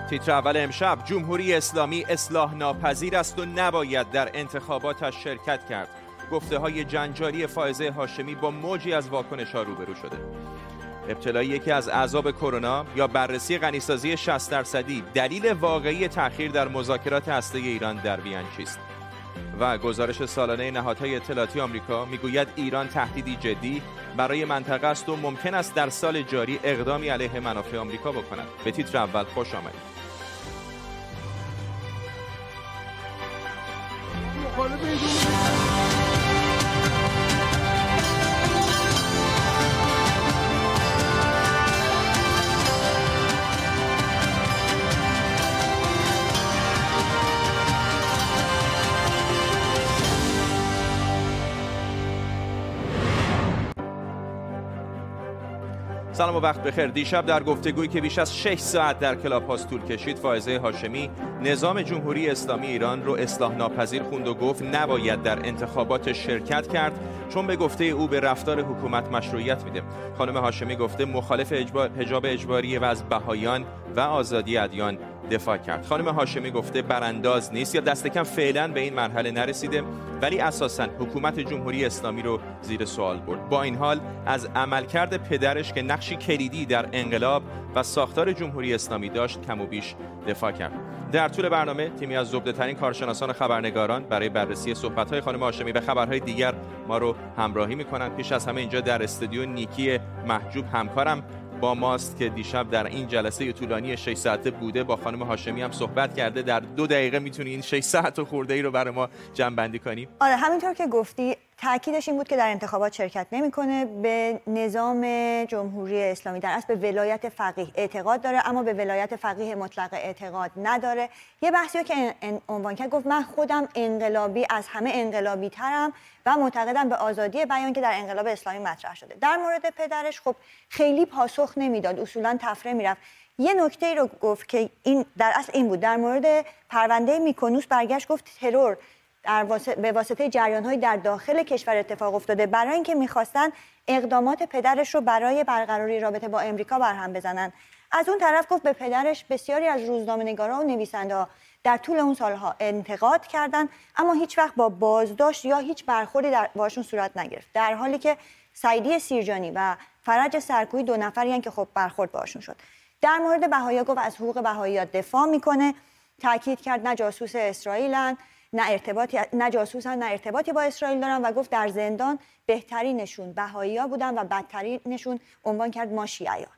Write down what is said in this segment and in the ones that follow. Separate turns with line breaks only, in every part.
تیتر اول امشب: جمهوری اسلامی اصلاح ناپذیر است و نباید در انتخاباتش شرکت کرد. گفته‌های جنجالی فائزه هاشمی با موجی از واکنش‌ها روبرو شده. ابتلای یکی از اعضاب کرونا یا بررسی غنیسازی 60%. دلیل واقعی تأخیر در مذاکرات هسته‌ای ایران در وین چیست؟ و گزارش سالانه نهادهای اطلاعاتی آمریکا میگوید ایران تهدیدی جدی برای منطقه است و ممکن است در سال جاری اقدامی علیه منافع آمریکا بکند. به تیتر اول خوش آمدید. سلام و وقت بخیر. دیشب در گفتگویی که بیش از 6 ساعت در کلاب هاوس طول کشید، فائزه هاشمی نظام جمهوری اسلامی ایران رو اصلاح ناپذیر خوند و گفت نباید در انتخابات شرکت کرد چون به گفته او به رفتار حکومت مشروعیت میده. خانم هاشمی گفته مخالف حجاب اجباری و از بهاییان و آزادی ادیان دفاع کرد. خانم هاشمی گفته برانداز نیست یا دست کم فعلا به این مرحله نرسیده، ولی اساساً حکومت جمهوری اسلامی رو زیر سوال برد. با این حال از عملکرد پدرش که نقشی کلیدی در انقلاب و ساختار جمهوری اسلامی داشت کم و بیش دفاع کرد. در طول برنامه تیمی از زبده‌ترین کارشناسان و خبرنگاران برای بررسی صحبت‌های خانم هاشمی و خبرهای دیگر ما رو همراهی می‌کنند. پیش از همه اینجا در استودیو نیکی محجوب همکارم با ماست که دیشب در این جلسه طولانی 6 ساعته بوده. با خانم هاشمی هم صحبت کرده. در 2 دقیقه میتونی این 6 ساعت و خورده‌ای رو برای ما جمع‌بندی کنی؟
آره، همینطور که گفتی تاکیدش این بود که در انتخابات شرکت نمی‌کنه. به نظام جمهوری اسلامی در اصل به ولایت فقیه اعتقاد داره، اما به ولایت فقیه مطلق اعتقاد نداره. یه بحثی که عنوان کرد، گفت من خودم انقلابی از همه انقلابی ترم و معتقدم به آزادی بیان که در انقلاب اسلامی مطرح شده. در مورد پدرش خب خیلی پاسخ نمیداد، اصولا تفره میرفت. یه نکته رو گفت که این در اصل این بود، در مورد پرونده میکنوس برگشت گفت ترور به واسطه جریان‌های در داخل کشور اتفاق افتاده، برای اینکه می‌خواستن اقدامات پدرش رو برای برقراری رابطه با امریکا برهم بزنن. از اون طرف گفت به پدرش بسیاری از روزنامه‌نگارا و نویسنده‌ها در طول اون سالها انتقاد کردن، اما هیچ وقت با بازداشت یا هیچ برخوردی باشون صورت نگرفت، در حالی که سعیدی سیرجانی و فرج سرکویی 2 نفری هستند که خب برخورد باشون شد. در مورد بهائی‌ها گفت از حقوق بهائی‌ها دفاع میکنه، تاکید کرد نه جاسوس اسرائیلن، نه جاسوسن، نه ارتباطی با اسرائیل دارن و گفت در زندان بهترینشون بهائی‌ها بودن و بدترینشون عنوان کرد ما شیعیان.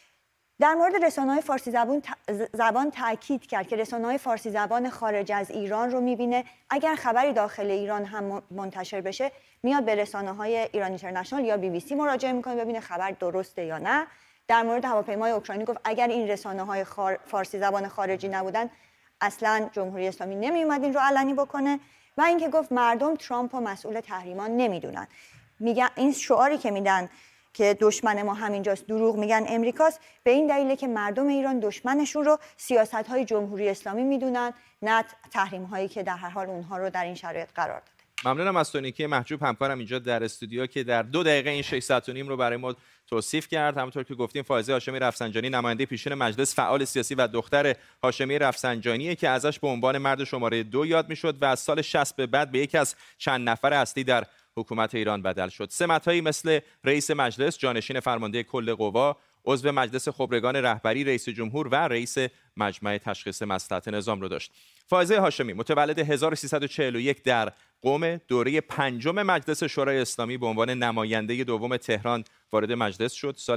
در مورد رسانه‌های فارسی زبان تاکید کرد که رسانه‌های فارسی زبان خارج از ایران رو می‌بینه، اگر خبری داخل ایران هم منتشر بشه میاد به رسانه‌های ایران اینترنشنال یا BBC مراجعه می‌کنه ببینه خبر درسته یا نه. در مورد هواپیمای اوکراینی گفت اگر این رسانه‌های فارسی زبان خارجی نبودن اصلا جمهوری اسلامی نمی‌اومد این رو علنی بکنه. و اینکه گفت مردم ترامپ و مسئول تحریمان نمیدونن. میگن این شعاری که میدن که دشمن ما همینجاست، دروغ میگن امریکاست، به این دلیله که مردم ایران دشمنشون رو سیاست‌های جمهوری اسلامی میدونن، نه تحریم‌هایی که در هر حال اونها رو در این شرایط قرار داده.
ممنونم از تو نیکی محجوب همکارم اینجا در استودیو که در 2 دقیقه این 6 ساعت و نیم رو برای ما توصیف کرد. همونطور که گفتیم فائزه هاشمی رفسنجانی نماینده پیشین مجلس، فعال سیاسی و دختر هاشمی رفسنجانیه که ازش به عنوان مرد شماره 2 یاد میشد و از سال 60 به بعد به یکی از چند نفر اصلی در حکومت ایران بدل شد. سمت‌هایی مثل رئیس مجلس، جانشین فرمانده کل قوا، عضو مجلس خبرگان رهبری، رئیس جمهور و رئیس مجمع تشخیص مصلحت نظام رو داشت. فائزه هاشمی متولد 1341 در قم، دوره 5 مجلس شورای اسلامی به عنوان نماینده دوم تهران وارد مجلس شد. سال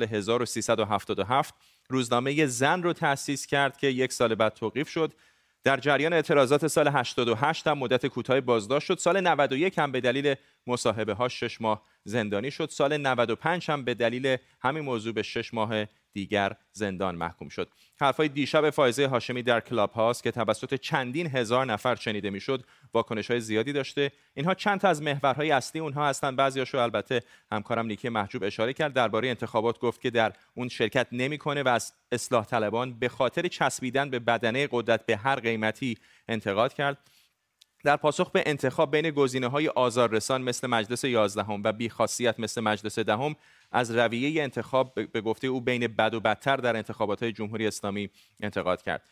1377 روزنامه زن رو تأسیس کرد که 1 سال بعد توقیف شد. در جریان اعتراضات سال 88 هم مدت کوتاهی بازداشت شد. سال 91 هم به دلیل مصاحبه‌ها 6 ماه زندانی شد. سال 95 هم به دلیل همین موضوع به 6 ماه دیگر زندان محکوم شد. حرفای دیشب فائزه هاشمی در کلاب هاوس که توسط چندین هزار نفر شنیده میشد واکنش‌های زیادی داشته. اینها چند تا از محورهای اصلی اونها هستند. بعضیاشو البته همکارم نیکی محجوب اشاره کرد. درباره انتخابات گفت که در اون شرکت نمی‌کنه و از اصلاح طلبان به خاطر چسبیدن به بدنه قدرت به هر قیمتی انتقاد کرد. در پاسخ به انتخاب بین گزینه‌های آزاررسان مثل مجلس 11 و بی‌خاصیت مثل مجلس 10 از رویه انتخاب به گفته او بین بد و بدتر در انتخابات جمهوری اسلامی انتقاد کرد.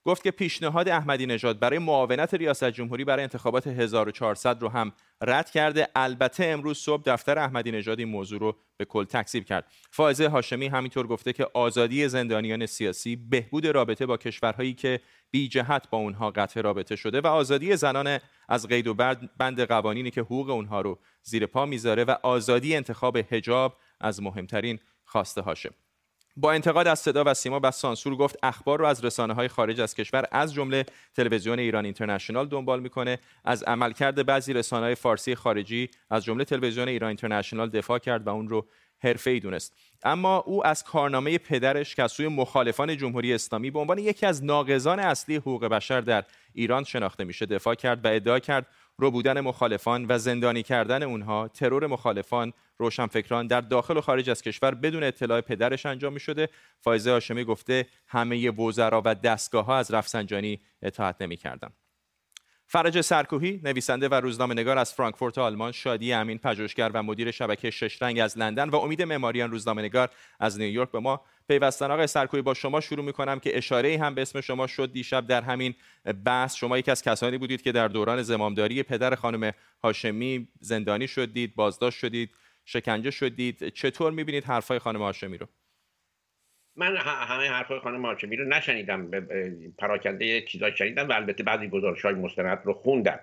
گفت که پیشنهاد احمدی نژاد برای معاونت ریاست جمهوری برای انتخابات 1400 رو هم رد کرده. البته امروز صبح دفتر احمدی نژاد این موضوع رو به کل تکذیب کرد. فائزه هاشمی همینطور گفته که آزادی زندانیان سیاسی، بهبود رابطه با کشورهایی که بی جهت با اونها قطع رابطه شده و آزادی زنان از قید و بند قوانینی که حقوق اونها رو زیر پا میذاره و آزادی انتخاب حجاب از مهمترین خواسته هاشه. با انتقاد از صدا و سیما و سانسور گفت اخبار رو از رسانه‌های خارج از کشور از جمله تلویزیون ایران اینترنشنال دنبال میکنه. از عملکرد بعضی رسانه‌های فارسی خارجی از جمله تلویزیون ایران اینترنشنال دفاع کرد و اون رو حرفه‌ای دونست. اما او از کارنامه پدرش که از سوی مخالفان جمهوری اسلامی به عنوان یکی از ناقضان اصلی حقوق بشر در ایران شناخته میشه دفاع کرد و ادعا کرد ربودن مخالفان و زندانی کردن اونها، ترور مخالفان، روشنفکران در داخل و خارج از کشور بدون اطلاع پدرش انجام می شده. فائزه هاشمی گفته همه وزرا و دستگاه‌ها از رفسنجانی اطاعت نمی‌کردند. فرج سرکوهی، نویسنده و روزنامه‌نگار از فرانکفورت آلمان، شادی امین، پژوهشگر و مدیر شبکه شش رنگ از لندن و امید معماریان، روزنامه‌نگار از نیویورک به ما پیوستن. آقای سرکوهی، با شما شروع می‌کنم که اشاره‌ای هم به اسم شما شد دیشب در همین بحث. شما یکی از کسانی بودید که در دوران زمامداری پدر خانم هاشمی زندانی شدید، بازداشت شدید، شکنجه شدید. چطور می‌بینید حرفای خانم هاشمی رو؟
من همه حرفای خانم هاشمی رو نشنیدم، پراکنده چیزا شنیدم و البته بعضی گزارش‌های مستند رو خوندم.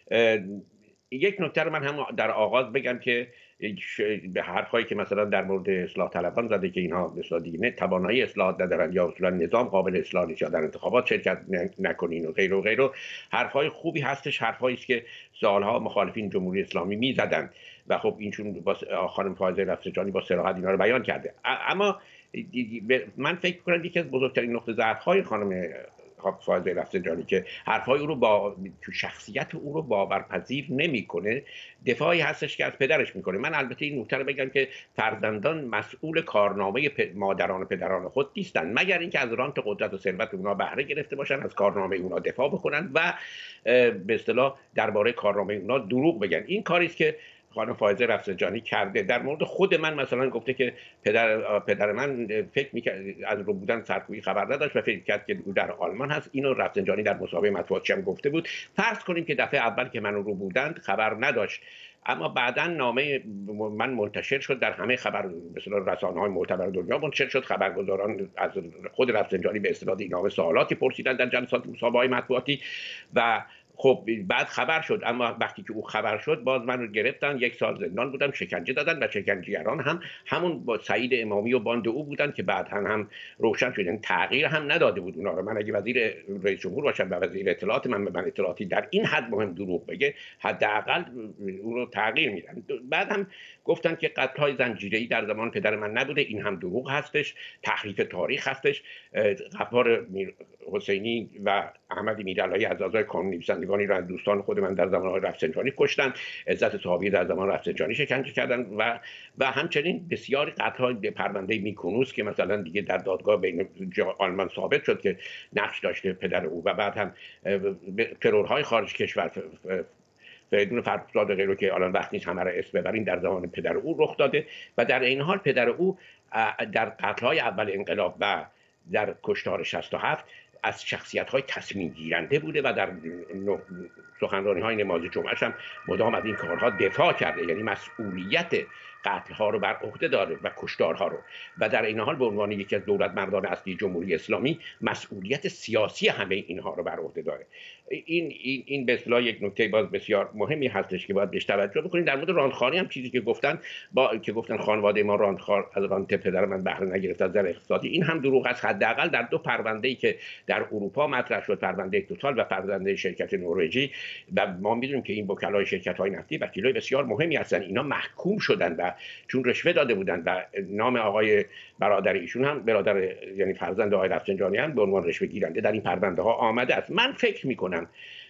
یک نکته رو من هم در آغاز بگم که به حرفایی که مثلا در مورد اصلاح طلبان زده که اینها مثلا دیگه توانایی اصلاحات ندارن یا اصولا نظام قابل اصلاح نیست یا در انتخابات شرکت نکنین و غیره و غیره، حرفای خوبی هستش، حرفایی است که سالها مخالفین جمهوری اسلامی میزدند و خب اینشون با خانم فائزه رفسنجانی با صراحت اینا رو بیان کرده. اما من فکر می‌کنم یکی از بزرگترین نقطه ضعف‌های خانم فائزه رفسنجانی که حرفای او رو با تو شخصیت او رو باورپذیر نمی‌کنه، دفاعی هستش که از پدرش می‌کنه. من البته این نکته رو بگم که فرزندان مسئول کارنامه مادران و پدران خود نیستند، مگر اینکه از رانت قدرت و ثروت اونها بهره گرفته باشن، از کارنامه اونها دفاع بکنن و به اصطلاح درباره کارنامه اونها دروغ بگن. این کاری است که خانم فائزه رفسنجانی کرده. در مورد خود من مثلا گفته که پدر من فکر می‌کرد از رو بودن سرکوبی خبر نداشت و فکر کرد که او در آلمان هست. اینو رفسنجانی در مسابقه مطبوعاتی هم گفته بود. فرض کنیم که دفعه اول که من رو بودند خبر نداشت، اما بعدا نامه من منتشر شد در همه خبر مثلا رسانه‌های معتبر دنیا منتشر شد. خبرگزاران از خود رفسنجانی به اصطلاح این نامه سوالاتی پرسیدن در جلسات مسابقه مطبوعاتی و خب بعد خبر شد. اما وقتی که او خبر شد باز من رو گرفتن، 1 سال زندان بودم، شکنجه دادن و شکنجهگران هم همون با سعید امامی و باند او بودن که بعد هم روشن شد، یعنی تغییر هم نداده بود اونا رو. من اگه وزیر رئیس جمهور باشم و وزیر اطلاعات من به من اطلاعاتی در این حد مهم دروغ بگه، حداقل اون رو تغییر میدن. بعد هم گفتن که قتل‌های زنجیره‌ای در زمان پدر من نبوده، این هم دروغ هستش، تحریف تاریخ هستش. غفار حسینی و احمد میرعلایی از اعضای کانون نویسندگانی را از دوستان خود من در زمان رفسنجانی کشتن، عزت صحابی در زمان رفسنجانی شکنجه کردن و همچنین بسیاری قتل‌های به پرونده میکونوس که مثلا دیگه در دادگاه بین آلمان ثابت شد که نقش داشته پدر او و بعد هم ترورهای خارج کشور بدون فرزاد غیره که الان وقت نیست همه را اسم ببریم در زمان پدر او رخ داده و در این حال پدر او در قتل‌های اول انقلاب و در کشتار 67 از شخصیت‌های تصمیم گیرنده بوده و در سخنرانی‌های نماز جمعه هم مدام از این کارها دفاع کرده، یعنی مسئولیت قتل‌ها رو بر عهده داره و کشتارها رو و در این حال به عنوان یکی از دولتمردان اصلی جمهوری اسلامی مسئولیت سیاسی همه اینها رو بر عهده داره. این به اصطلاح یک نکته باز بسیار مهمی هستش که باید بهش توجه بکنید. در مورد راندخواری هم چیزی که گفتن خانواده ما راندخوار از رانت پدر من بهره نگرفت از نظر اقتصادی، این هم دروغ است. حداقل در 2 پرونده‌ای که در اروپا مطرح شد، پرونده توتال و پرونده شرکت نروژی، و ما می‌دونیم که این وکلای شرکت‌های نفتی وکیلای بسیار مهمی هستن، اینا محکوم شدن و چون رشوه داده بودن و نام آقای برادر ایشون هم یعنی فرزند آقای رفسنجانی هم به عنوان رشوه گیرنده در این پرونده ها آمده است. من فکر می‌کنم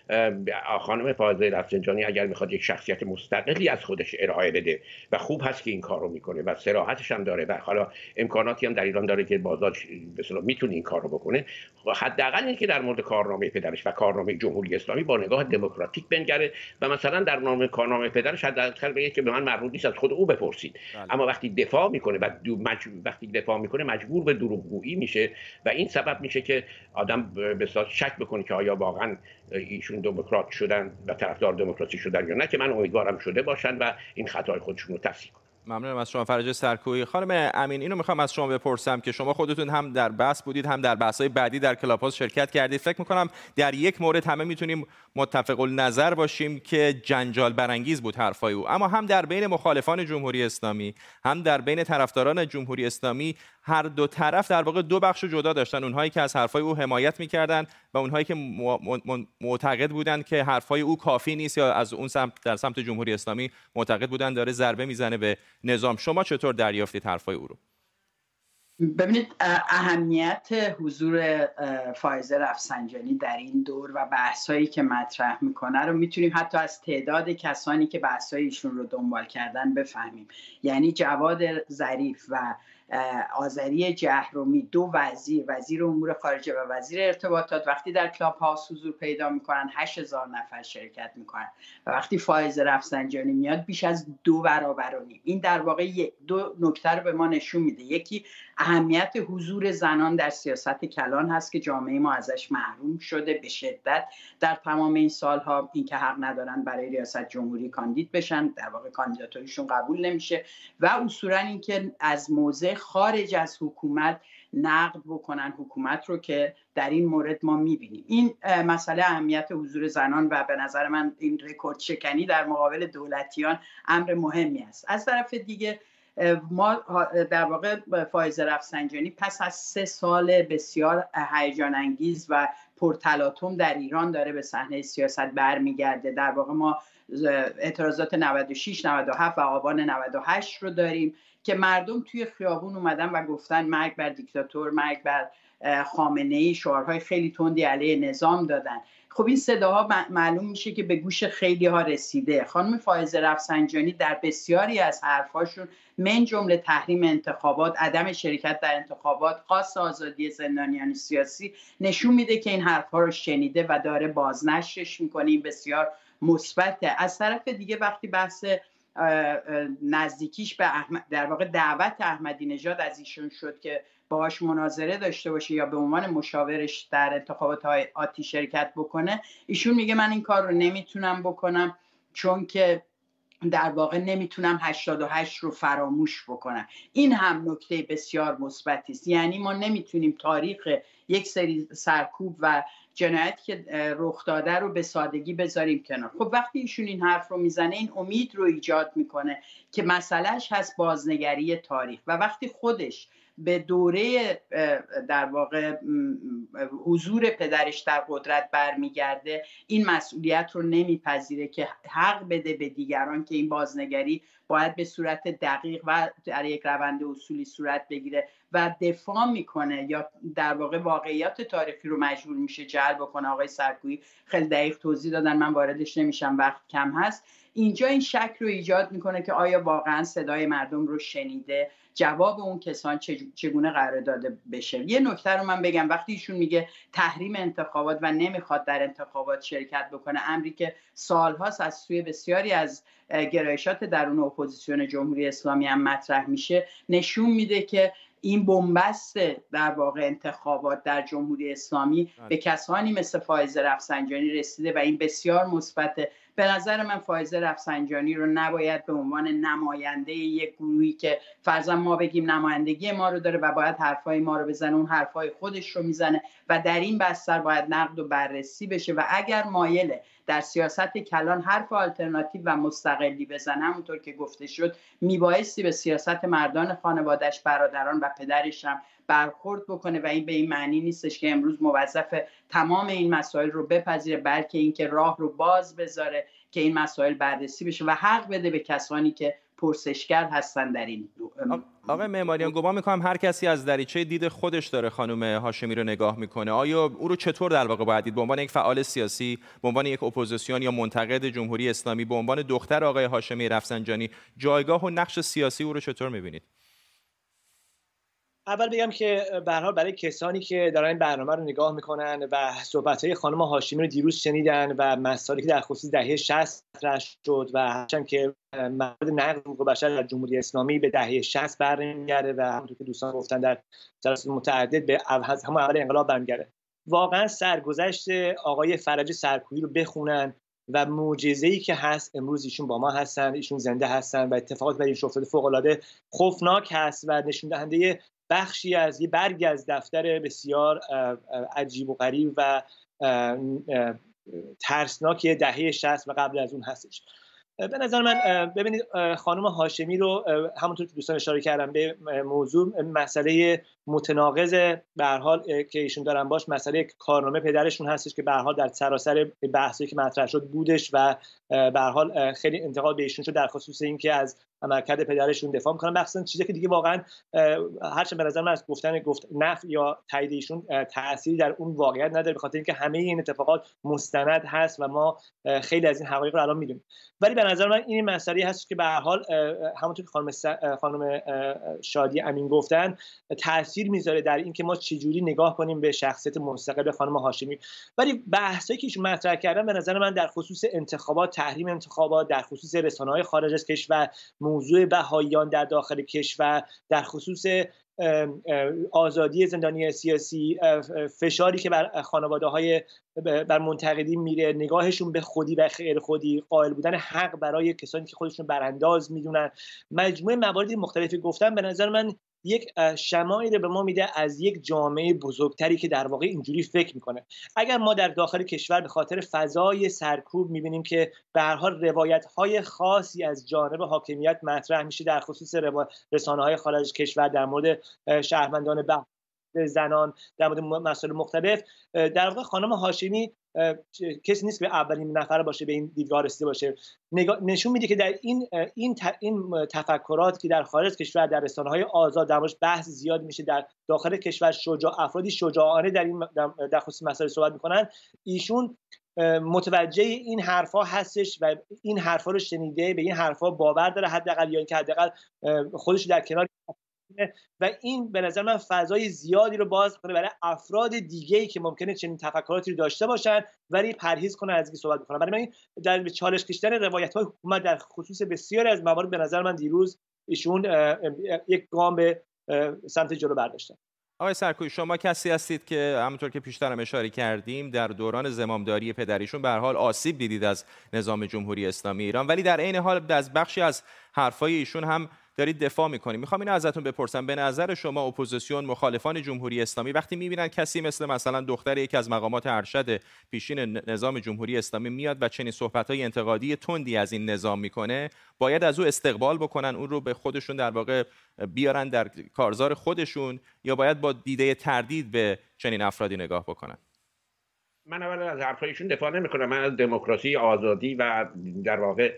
خانم فائزه رفسنجانی اگر میخواد یک شخصیت مستقلی از خودش ارائه بده و خوب هست که این کار رو میکنه و صراحتش هم داره و حالا امکاناتی هم در ایران داره که بازار به اصطلاح میتونه این کار رو بکنه، حداقل اینکه در مورد کارنامه پدرش و کارنامه جمهوری اسلامی با نگاه دموکراتیک بنگره و مثلا در کارنامه پدرش حداقل بگه که به من مربوط نیست، از خود او بپرسید. اما وقتی دفاع میکنه و مجبور به دروغگویی میشه و این سبب میشه که آدم به شک بکنه که آیا واقعا ایشون دموکرات شدن و طرفدار دموکراسی شدن یا نه، که من امیدوارم شده باشن و این خطای خودشون رو تصحیح کنن.
ممنونم از شما فرجه سرکویی. خانم امین، اینو میخوام از شما بپرسم که شما خودتون هم در بحث بودید، هم در بحث‌های بعدی در کلاب هاوس شرکت کردید. فکر میکنم در یک مورد همه میتونیم متفق النظر باشیم که جنجال برانگیز بود حرفای او، اما هم در بین مخالفان جمهوری اسلامی هم در بین طرفداران جمهوری اسلامی هر دو طرف در واقع دو بخش جدا داشتن، اونهایی که از حرفای او حمایت میکردن و اونهایی که معتقد بودند که حرفای او کافی نیست، یا از اون سمت در سمت جمهوری اسلامی معتقد بودند داره ضربه میزنه به نظام. شما چطور دریافتید حرفای او رو؟
ببینید، اهمیت حضور فائزه رفسنجانی در این دور و بحثایی که مطرح میکنه رو میتونیم حتی از تعداد کسانی که بحثای ایشون رو دنبال کردن بفهمیم. یعنی جواد ظریف و آذری جهرومی، دو وزیر امور خارجه و وزیر ارتباطات، وقتی در کلاب هاوس حضور پیدا میکنن 8000 نفر شرکت میکنن و وقتی فائزه رفسنجانی میاد بیش از 2 برابر و نیم. این در واقع دو نکته رو به ما نشون میده. یکی اهمیت حضور زنان در سیاست کلان هست که جامعه ما ازش محروم شده به شدت در تمام این سالها، اینکه حق ندارن برای ریاست جمهوری کاندید بشن، در واقع کاندیداتوریشون قبول نمیشه، و اصولا اینکه از موضع خارج از حکومت نقد بکنن حکومت رو، که در این مورد ما میبینیم. این مسئله اهمیت حضور زنان و به نظر من این رکورد شکنی در مقابل دولتیان امر مهمی است. از طرف دیگه ما در واقع فائزه رفسنجانی پس از 3 سال بسیار هیجان انگیز و پرتلاطم در ایران داره به صحنه سیاست برمیگرده. در واقع ما اعتراضات 96 97 و آبان 98 رو داریم که مردم توی خیابون اومدن و گفتن مرگ بر دیکتاتور، مرگ بر خامنه‌ای، شعارهای خیلی تندی علیه نظام دادن. خب این صداها معلوم میشه که به گوش خیلی ها رسیده. خانم فائزه رفسنجانی در بسیاری از حرفاشون، من جمله تحریم انتخابات، عدم شرکت در انتخابات، خواست آزادی زندانیان سیاسی، نشون میده که این حرفها رو شنیده و داره بازنشرش میکنه. این بسیار مثبته. از طرف دیگه وقتی بحث نزدیکیش به در واقع دعوت احمدی نژاد از ایشون شد که باهاش مناظره داشته باشه یا به عنوان مشاورش در انتخابات آتی شرکت بکنه، ایشون میگه من این کار رو نمیتونم بکنم چون که در واقع نمیتونم 88 رو فراموش بکنم. این هم نکته بسیار مثبتی است. یعنی ما نمیتونیم تاریخ یک سری سرکوب و جنایتی که رخ داده رو به سادگی بذاریم کنار. خب وقتی ایشون این حرف رو میزنه، این امید رو ایجاد میکنه که مسئلهش هست بازنگری تاریخ، و وقتی خودش به دوره در واقع حضور پدرش در قدرت برمیگرده، این مسئولیت رو نمیپذیره که حق بده به دیگران که این بازنگری باید به صورت دقیق و در یک روند اصولی صورت بگیره و دفاع میکنه، یا در واقع واقعیات تاریخی رو مجبور میشه جلب کنه. آقای سرکویی خیلی دقیق توضیح دادن، من واردش نمیشم، وقت کم هست. اینجا این شک رو ایجاد میکنه که آیا واقعا صدای مردم رو شنیده، جواب اون کسان چگونه قرار داده بشه. یه نکته رو من بگم، وقتی ایشون میگه تحریم انتخابات و نمیخواد در انتخابات شرکت بکنه، امری که سالهاست از سوی بسیاری از گرایشات درون اپوزیسیون جمهوری اسلامی هم مطرح میشه، نشون میده که این بنبست در واقع انتخابات در جمهوری اسلامی به کسانی مثل فائزه رفسنجانی رسیده و این بسیار مثبته. به نظر من فائزه رفسنجانی رو نباید به عنوان نماینده یک گروهی که فرضاً ما بگیم نمایندگی ما رو داره و باید حرفای ما رو بزنه، اون حرفای خودش رو میزنه و در این بستر باید نقد و بررسی بشه و اگر مایله در سیاست کلان حرف آلترناتیو و مستقلی بزنه، همونطور که گفته شد میبایستی به سیاست مردان خانواده‌اش، برادران و پدرش هم برخورد بکنه و این به این معنی نیستش که امروز موظف تمام این مسائل رو بپذیره، بلکه اینکه راه رو باز بذاره که این مسائل بررسی بشه و حق بده به کسانی که پرسشگر هستن در این
آقای معماریان، گمان میکنم هر کسی از دریچه دید خودش داره خانم هاشمی رو نگاه میکنه. آیا او رو چطور در واقع باید دید؟ به عنوان یک فعال سیاسی، به عنوان یک اپوزیسیون یا منتقد جمهوری اسلامی، به عنوان دختر آقای هاشمی رفسنجانی، جایگاه و نقش سیاسی او رو چطور میبینید؟
اول بگم که به هر حال برای کسانی که دارن این برنامه رو نگاه میکنن و صحبت‌های خانم هاشمی رو دیروز شنیدن و مسائلی که در خصوص دهه 60 مطرح شد و هرچند که مورد نقض حقوق بشر در جمهوری اسلامی به دهه 60 برمیگرده و همونطور که دوستان گفتن در جلسات متعدد به همون اول انقلاب برمیگرده، واقعا سرگذشت آقای فرج سرکویی رو بخونن و معجزه‌ای که هست امروز ایشون با ما هستن، ایشون زنده هستن و اتفاقات برای ایشون افتاده فوق‌العاده خوفناک هست و نشون دهنده بخشی از یه برگی از دفتر بسیار عجیب و غریب و ترسناک دهه 60 و قبل از اون هستش. به نظر من ببینید خانم هاشمی رو همونطور که دوستان اشاره کردم به موضوع مسئله متناقض به هر حال که ایشون دارن باش مسئله کارنامه پدرشون هستش که به هر حال در سراسر بحثی که مطرح شد بودش و به هر حال خیلی انتقاد به ایشون شد در خصوص اینکه از عملکرد پدرشون دفاع میکنن. مخصوصا چیزی که دیگه واقعا هرچند به نظر من از گفتن نفی یا تایید ایشون تأثیری در اون واقعیت نداره، به خاطر اینکه همه این اتفاقات مستند هست و ما خیلی از این حقایق رو الان میدونیم. ولی به نظر من این مسئله هست که به هر حال همونطور که خانم شادی امین گفتن تاثیر میذاره در اینکه ما چجوری نگاه کنیم به شخصیت مستقل خانم هاشمی. ولی بحثایی که ایشون مطرح کردن به نظر من در خصوص انتخابات، تحریم انتخابات، در خصوص رسانه‌های خارج از کشور، موضوع بهائیان در داخل کشور، در خصوص آزادی زندانی سیاسی، فشاری که بر خانواده‌های بر منتقدین میره، نگاهشون به خودی و غیر خودی، قائل بودن حق برای کسانی که خودشون برانداز میدونن، مجموعه موارد مختلفی گفتن به نظر من یک شمایلی به ما میده از یک جامعه بزرگتری که در واقع اینجوری فکر میکنه. اگر ما در داخل کشور به خاطر فضای سرکوب میبینیم که به هر حال روایت‌های خاصی از جانب حاکمیت مطرح میشه در خصوص رسانه‌های خارج کشور در مورد شهروندان زنان، در مورد مسائل مختلف، در واقع خانم هاشمی کسی نیست که اولین نفر باشه به این دیدگاه رسیده باشه. نشون میده که در این تفکرات که در خارج کشور در رسانه‌های آزاد درش بحث زیاد میشه، در داخل کشور افرادی شجاعانه در خصوص مسائل صحبت میکنن، ایشون متوجه این حرفا هستش و این حرفا رو شنیده، به این حرفا باور داره حداقل، یا اینکه حداقل خودش در کنار و این به نظر من فضای زیادی رو باز کنه برای افراد دیگه‌ای که ممکنه چنین تفکراتی رو داشته باشن ولی پرهیز کنن از اینکه صحبت بکنن. برای من در چالش کشیدن روایت‌های حکومت در خصوص بسیاری از موارد به نظر من دیروز ایشون یک گام به سمت جلو برداشتن.
آقای سرکویی، شما کسی هستید که همونطور که پیشتر هم اشاره کردیم در دوران زمامداری پدریشون به هر حال آسیب دیدید از نظام جمهوری اسلامی ایران، ولی در عین حال از بخشی از حرفای ایشون هم دارید دفاع میکنید. میخوام اینو ازتون بپرسم، به نظر شما اپوزیسیون، مخالفان جمهوری اسلامی وقتی میبینن کسی مثلا دختر یکی از مقامات ارشد پیشین نظام جمهوری اسلامی میاد و چنین صحبت‌های انتقادی تندی از این نظام میکنه، باید از او استقبال بکنن، اون رو به خودشون در واقع بیارن در کارزار خودشون، یا باید با دیده تردید به چنین افرادی نگاه بکنن؟
من اول از حرفایشون دفاع نمی‌کنم. من از دموکراسی، آزادی و در واقع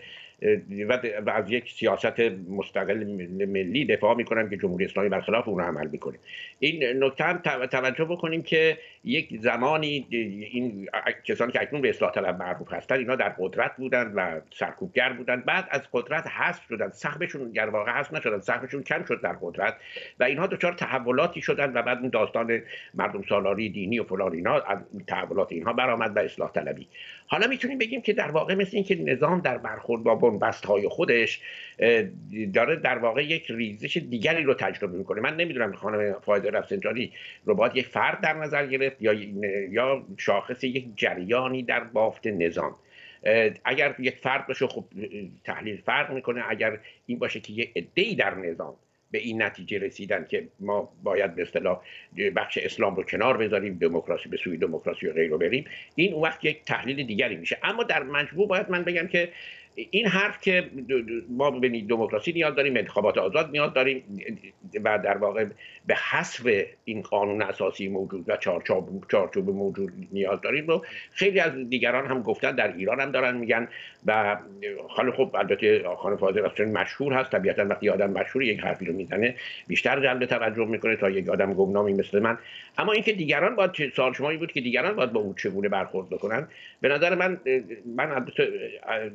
و از یک سیاست مستقل ملی دفاع میکنم که جمهوری اسلامی برخلاف اون عمل میکنه. این نکته هم توجه بکنیم که یک زمانی این کسانی که اکنون به اصلاح طلب معروف هستند، اینا در قدرت بودن و سرکوبگر بودن، بعد از قدرت حذف شدن، سهمشون در واقع حذف نشدن، سهمشون کم شد در قدرت و اینها دچار تحولاتی شدن و بعد اون داستان مردم سالاری دینی و فلان، اینا از تحولات اینها برآمد و اصلاح طلبی. حالا میتونیم بگیم که در واقع مثل این که نظام در برخورد با بنبست‌های خودش داره در واقع یک ریزش دیگری رو تجربه میکنه. من نمیدونم خانم فائزه رفسنجانی رو باید یک فرد در نظر گرفت یا شاخص یک جریانی در بافت نظام. اگر یک فرد باشه خب تحلیل فرق میکنه، اگر این باشه که یک عده‌ای در نظام به این نتیجه رسیدن که ما باید به اصطلاح بخش اسلام رو کنار بذاریم، دموکراسی به سوی دموکراسی و غیره بریم، این اون وقت یک تحلیل دیگری میشه. اما در مجموع باید من بگم که این حرف که ما به دموکراسی نیاز داریم، انتخابات آزاد نیاز داریم و در واقع به حذف این قانون اساسی موجود و چارچوب موجود نیاز داریم رو خیلی از دیگران هم گفتن، در ایران هم دارن میگن و حالا خب البته خانم فائزه رفسنجانی مشهور هست، طبیعتا وقتی آدم مشهور یک حرفی رو میزنه بیشتر جلب توجه میکنه تا یک آدم گمنامی مثل من. اما اینکه دیگران باید، سوال شما این بود که دیگران باید با او چگونه برخورد بکنن، به نظر من البته نیروی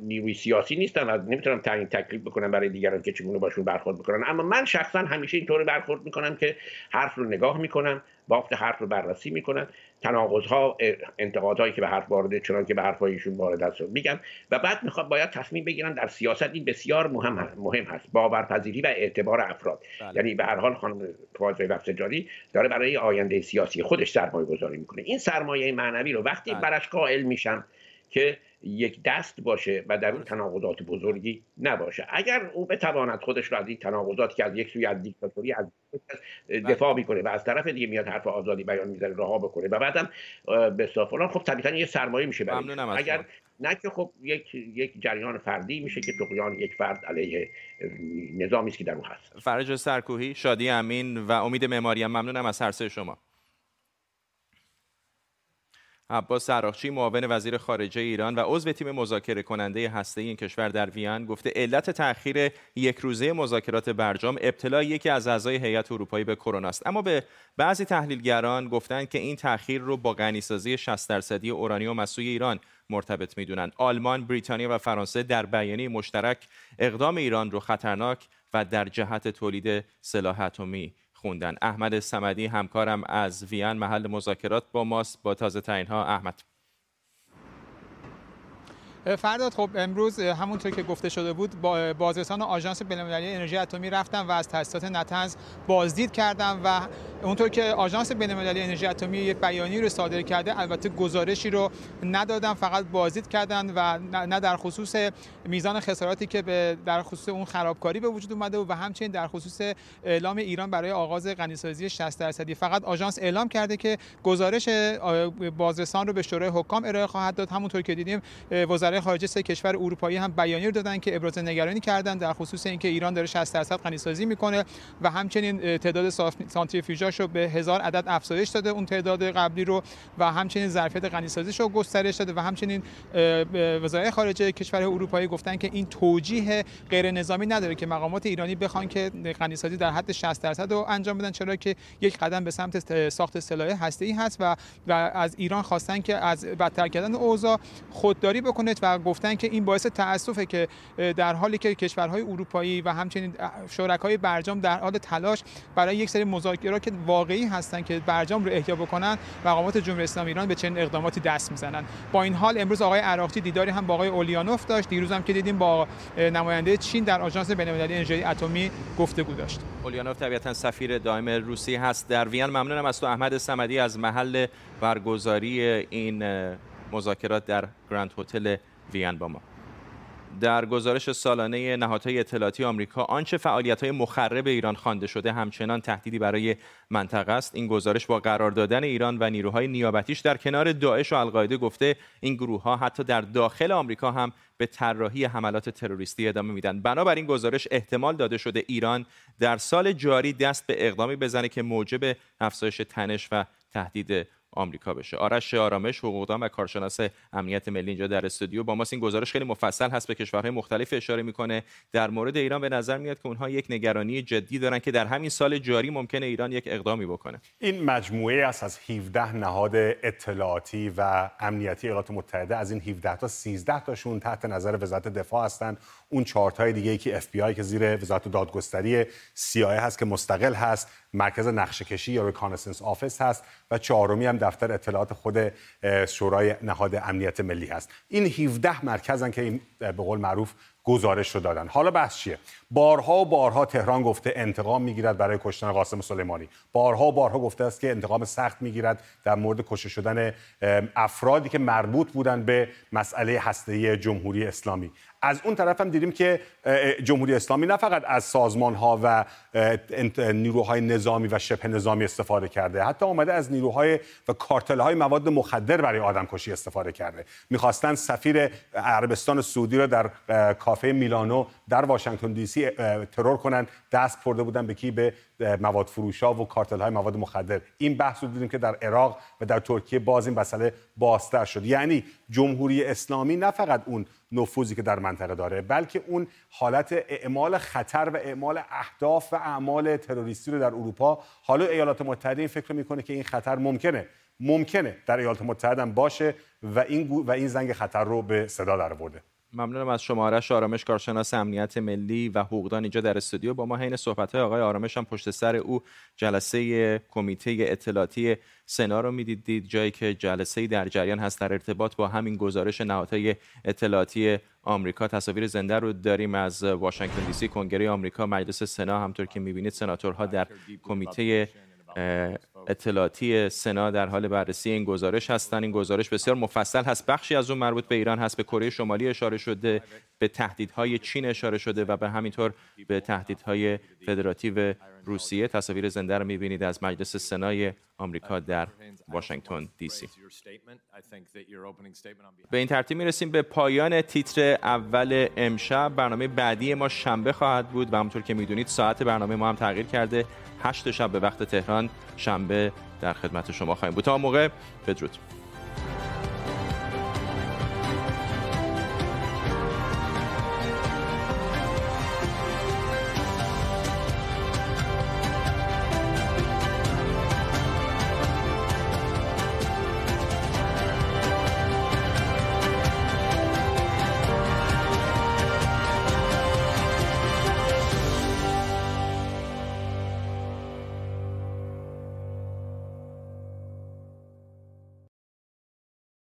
سیاسی نیستم و نمیتونم تعیین تکلیف بکنم برای دیگران که چگونه باشون برخورد بکنن، اما من شخصا همیشه اینطوری برخورد میکنم که حرف رو نگاه میکنم، بافت حرف رو بررسی میکنم، تناقض‌ها، انتقادهایی که به حرف وارده چنان که به حرفایشون وارد است میگم و بعد باید تصمیم بگیرم. در سیاست این بسیار مهم هست، باورپذیری و اعتبار افراد. یعنی به هر حال خانم فائزه رفسنجانی داره برای آینده سیاسی خودش سرمایه‌گذاری میکنه. این سرمایه معنوی رو وقتی براش قائل میشم که یک دست باشه و در اون تناقضات بزرگی نباشه، اگر او بتواند خودش رو از این تناقضات که از یک سوی از دیکتاتوری از دفاع میکنه و از طرف دیگه میاد حرف آزادی بیان میزنه رها بکنه و بعدم به اصطلاح خب طبیعتا یه سرمایه میشه برای اگر نه که خب یک جریان فردی میشه که طغیان یک فرد علیه نظامی است که در اون هست.
فرج سرکوهی، شادی امین و امید معماری، ممنونم از هر سه شما. عباس عراقچی، معاون وزیر خارجه ایران و عضو تیم مذاکره کننده هسته‌ای این کشور در وین، گفته علت تأخیر یک روزه مذاکرات برجام ابتلای یکی از اعضای هیئت اروپایی به کرونا است. اما به بعضی تحلیلگران گفتند که این تأخیر رو با غنی‌سازی 60% اورانیوم از سوی ایران مرتبط می‌دونند. آلمان، بریتانیا و فرانسه در بیانیه مشترک اقدام ایران رو خطرناک و در جهت تولید سلاح اتمی خوندن. احمد صمدی همکارم از وین محل مذاکرات با ماست با تازه ترین ها. احمد.
فرداد، خب امروز همونطور که گفته شده بود بازرسان آژانس بین‌المللی انرژی اتمی رفتن و از تأسیسات نطنز بازدید کردن و اونطور که آژانس بین‌المللی انرژی اتمی یک بیانیه رو صادر کرده، البته گزارشی رو ندادن، فقط بازدید کردن و نه در خصوص میزان خساراتی که در خصوص اون خرابکاری به وجود اومده و همچنین در خصوص اعلام ایران برای آغاز غنی‌سازی 60%. فقط آژانس اعلام کرده که گزارش بازرسان رو به شورای حکام ارائه خواهد داد. همونطور که دیدیم وزرای خارجه سه کشور اروپایی هم بیانیه دادن که ابراز نگرانی کردن در خصوص اینکه ایران داره 60% غنی‌سازی میکنه و همچنین تعداد سانتریفیوژاش رو به 1000 عدد افزایش داده، اون تعداد قبلی رو، و همچنین ظرفیت غنی‌سازیش رو گسترش داده و همچنین وزرای خارجه کشور اروپایی گفتن که این توجیه غیر نظامی نداره که مقامات ایرانی بخوان که غنی‌سازی در حد 60% رو انجام بدن، چرا که یک قدم به سمت ساخت سلاح هسته‌ای هست و از ایران خواستن که از بدتر کردن اوضاع خودداری بکنه و گفتن که این باعث تأسفه که در حالی که کشورهای اروپایی و همچنین شرکای برجام در حال تلاش برای یک سری مذاکرات که واقعی هستن که برجام رو احیا بکنن، مقامات جمهوری اسلامی ایران به چنین اقداماتی دست میزنن. با این حال امروز آقای عراقچی دیداری هم با آقای اولیانوف داشت، دیروز هم که دیدیم با نماینده چین در آژانس بین‌المللی انرژی اتمی گفتگو داشت.
اولیانوف طبیعتاً سفیر دائم روسیه هست در وین. ممنونم از تو احمد صمدی از محل برگزاری این مذاکرات در گراند هتل وین با ما. در گزارش سالانه نهادهای اطلاعاتی آمریکا آنچه فعالیت‌های مخرب ایران خوانده شده همچنان تهدیدی برای منطقه است. این گزارش با قرار دادن ایران و نیروهای نیابتیش در کنار داعش و القاعده گفته این گروه‌ها حتی در داخل آمریکا هم به طراحی حملات تروریستی ادامه میدن. بنابراین گزارش احتمال داده شده ایران در سال جاری دست به اقدامی بزنه که موجب افزایش تنش و تهدید آمریکا بشه. آرش آرامش، حقوقدان و کارشناس امنیت ملی اینجا در استودیو با ماست. این گزارش خیلی مفصل هست، به کشورهای مختلف اشاره میکنه. در مورد ایران به نظر میاد که اونها یک نگرانی جدی دارن که در همین سال جاری ممکنه ایران یک اقدامی بکنه.
این مجموعه است از 17 نهاد اطلاعاتی و امنیتی ایالات متحده. از این 17 تا 13 تاشون تحت نظر وزارت دفاع هستند. اون 4 تای دیگه که FBI که زیر وزارت دادگستری CIA هست که مستقل هست، مرکز نقشه‌کشی یا ریکانسنس آفیس هست و 4می هم دفتر اطلاعات خود شورای نهاد امنیت ملی هست. این 17 مرکزن که این به قول معروف گزارش رو دادن. حالا بحث چیه؟ بارها و بارها تهران گفته انتقام میگیرد برای کشتن قاسم سلیمانی. بارها و بارها گفته است که انتقام سخت میگیرد در مورد کشته شدن افرادی که مربوط بودن به مسئله هسته‌ای جمهوری اسلامی. از اون طرف هم دیدیم که جمهوری اسلامی نه فقط از سازمان‌ها و نیروهای نظامی و شبه نظامی استفاده کرده، حتی اومده از نیروهای و کارتل‌های مواد مخدر برای آدمکشی استفاده کرده. می‌خواستن سفیر عربستان سعودی رو در کافه میلانو در واشنگتن دی سی ترور کنن، دست برده بودن به کی؟ به مواد فروشا و کارتل‌های مواد مخدر. این بحث رو دیدیم که در عراق و در ترکیه باز این مسئله بازتر شد. یعنی جمهوری اسلامی نه فقط اون نفوذی که در منطقه داره، بلکه اون حالت اعمال خطر و اعمال اهداف و اعمال تروریستی رو در اروپا. حالا ایالات متحده این فکر میکنه که این خطر ممکنه در ایالات متحده هم باشه و این زنگ خطر رو به صدا درآورده.
ممنونم از شما. آرش آرامش، کارشناس امنیت ملی و حقوقدان اینجا در استودیو با ما. حین صحبت‌های آقای آرامش هم پشت سر او جلسه کمیته اطلاعاتی سنا رو می‌دیدید، جایی که جلسه‌ای در جریان هست در ارتباط با همین گزارش نهادهای اطلاعاتی آمریکا. تصاویر زنده رو داریم از واشنگتن دی سی، کنگره آمریکا، مجلس سنا. همطور که می‌بینید سناتورها در کمیته اطلاعاتی سنا در حال بررسی این گزارش هستند. این گزارش بسیار مفصل هست، بخشی از اون مربوط به ایران هست، به کره شمالی اشاره شده، به تهدیدهای چین اشاره شده و به همینطور به تهدیدهای فدراتیو روسیه. تصاویر زنده رو می‌بینید از مجلس سنای آمریکا در واشنگتن دی سی. به این ترتیب میرسیم به پایان تیتر اول امشب. برنامه بعدی ما شنبه خواهد بود و همونطور که میدونید ساعت برنامه ما هم تغییر کرده. 8 شب به وقت تهران شنبه در خدمت شما خواهیم بود. تا موقع بدرود.